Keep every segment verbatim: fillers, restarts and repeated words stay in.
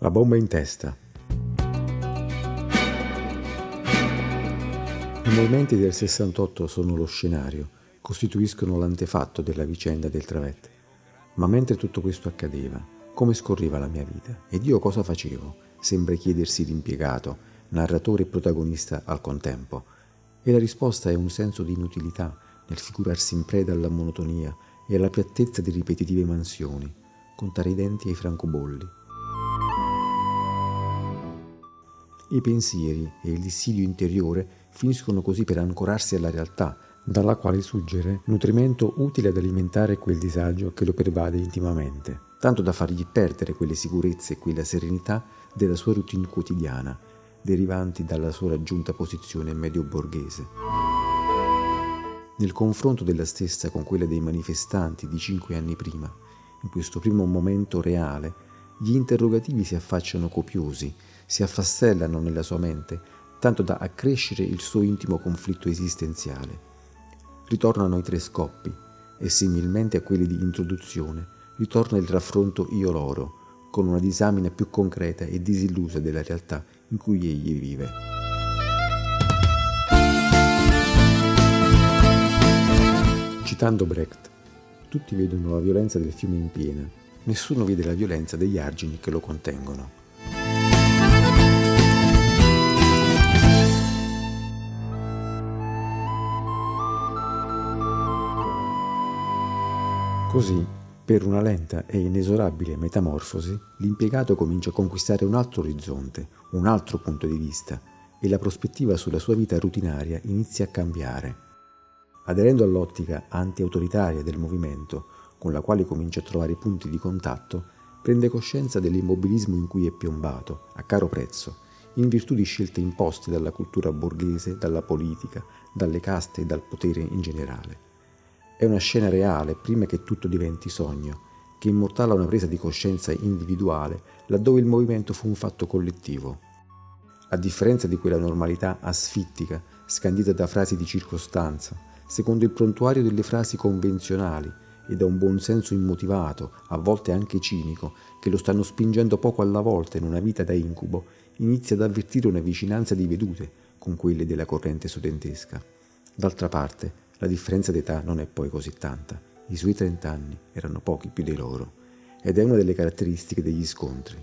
La bomba in testa. I movimenti del sessantotto sono lo scenario, costituiscono l'antefatto della vicenda del Travette. Ma mentre tutto questo accadeva, come scorreva la mia vita? Ed io cosa facevo? Sembra chiedersi l'impiegato, narratore e protagonista al contempo. E la risposta è un senso di inutilità nel figurarsi in preda alla monotonia e alla piattezza di ripetitive mansioni, contare i denti ai francobolli. I pensieri e il dissidio interiore finiscono così per ancorarsi alla realtà, dalla quale suggere nutrimento utile ad alimentare quel disagio che lo pervade intimamente, tanto da fargli perdere quelle sicurezze e quella serenità della sua routine quotidiana, derivanti dalla sua raggiunta posizione medio-borghese. Nel confronto della stessa con quella dei manifestanti di cinque anni prima, in questo primo momento reale, gli interrogativi si affacciano copiosi, si affastellano nella sua mente, tanto da accrescere il suo intimo conflitto esistenziale. Ritornano i tre scoppi e, similmente a quelli di introduzione, ritorna il raffronto io-loro, con una disamina più concreta e disillusa della realtà in cui egli vive. Citando Brecht, tutti vedono la violenza del fiume in piena, nessuno vede la violenza degli argini che lo contengono. Così, per una lenta e inesorabile metamorfosi, l'impiegato comincia a conquistare un altro orizzonte, un altro punto di vista, e la prospettiva sulla sua vita rutinaria inizia a cambiare. Aderendo all'ottica anti-autoritaria del movimento, con la quale comincia a trovare punti di contatto, prende coscienza dell'immobilismo in cui è piombato, a caro prezzo, in virtù di scelte imposte dalla cultura borghese, dalla politica, dalle caste e dal potere in generale. È una scena reale prima che tutto diventi sogno, che immortala una presa di coscienza individuale laddove il movimento fu un fatto collettivo. A differenza di quella normalità asfittica, scandita da frasi di circostanza, secondo il prontuario delle frasi convenzionali e da un buonsenso immotivato, a volte anche cinico, che lo stanno spingendo poco alla volta in una vita da incubo, inizia ad avvertire una vicinanza di vedute con quelle della corrente studentesca. D'altra parte, la differenza d'età non è poi così tanta, i suoi trent'anni erano pochi più dei loro, ed è una delle caratteristiche degli scontri.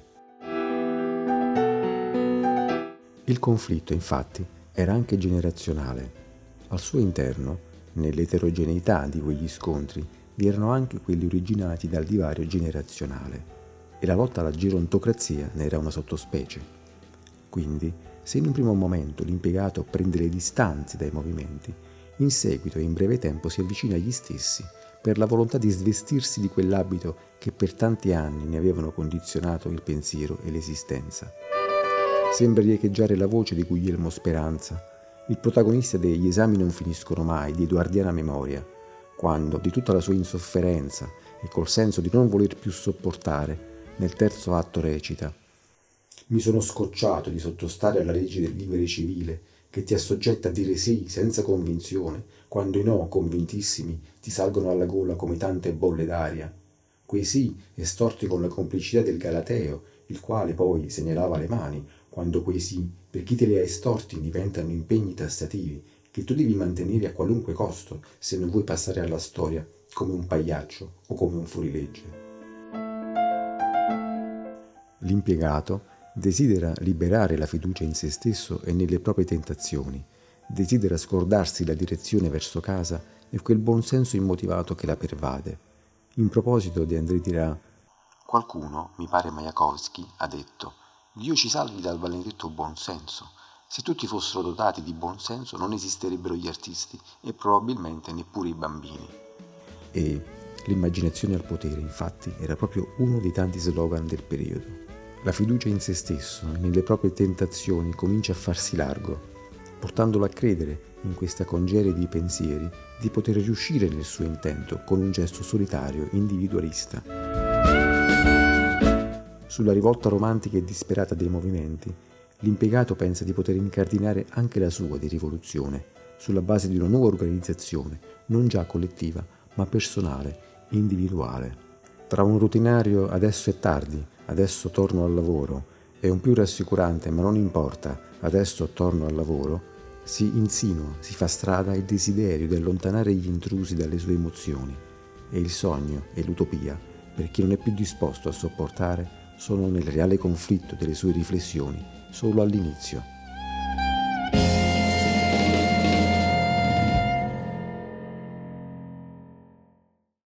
Il conflitto, infatti, era anche generazionale. Al suo interno, nell'eterogeneità di quegli scontri, vi erano anche quelli originati dal divario generazionale, e la lotta alla gerontocrazia ne era una sottospecie. Quindi, se in un primo momento l'impiegato prende le distanze dai movimenti, in seguito e in breve tempo si avvicina agli stessi per la volontà di svestirsi di quell'abito che per tanti anni ne avevano condizionato il pensiero e l'esistenza. Sembra riecheggiare la voce di Guglielmo Speranza, il protagonista degli Esami non finiscono mai di Edoardiana Memoria, quando, di tutta la sua insofferenza e col senso di non voler più sopportare, nel terzo atto recita: «Mi sono scocciato di sottostare alla legge del vivere civile, che ti assoggetta a dire sì senza convinzione, quando i no, convintissimi, ti salgono alla gola come tante bolle d'aria. Quei sì estorti con la complicità del Galateo, il quale poi se ne lava le mani, quando quei sì, per chi te li ha estorti, diventano impegni tassativi, che tu devi mantenere a qualunque costo, se non vuoi passare alla storia come un pagliaccio o come un fuorilegge». L'impiegato desidera liberare la fiducia in se stesso e nelle proprie tentazioni, desidera scordarsi la direzione verso casa e quel buon senso immotivato che la pervade. In proposito, De André dirà: «Qualcuno, mi pare Majakovskij, ha detto: Dio ci salvi dal maledetto buonsenso. Se tutti fossero dotati di buonsenso non esisterebbero gli artisti e probabilmente neppure i bambini». E l'immaginazione al potere, infatti, era proprio uno dei tanti slogan del periodo. La fiducia in se stesso e nelle proprie tentazioni comincia a farsi largo, portandolo a credere, in questa congerie di pensieri, di poter riuscire nel suo intento con un gesto solitario, individualista. Sulla rivolta romantica e disperata dei movimenti, l'impiegato pensa di poter incardinare anche la sua di rivoluzione, sulla base di una nuova organizzazione, non già collettiva, ma personale, individuale. Tra un rutinario "adesso è tardi, adesso torno al lavoro" e un più rassicurante "ma non importa, adesso torno al lavoro", si insinua, si fa strada il desiderio di allontanare gli intrusi dalle sue emozioni, e il sogno e l'utopia, per chi non è più disposto a sopportare, sono nel reale conflitto delle sue riflessioni, solo all'inizio.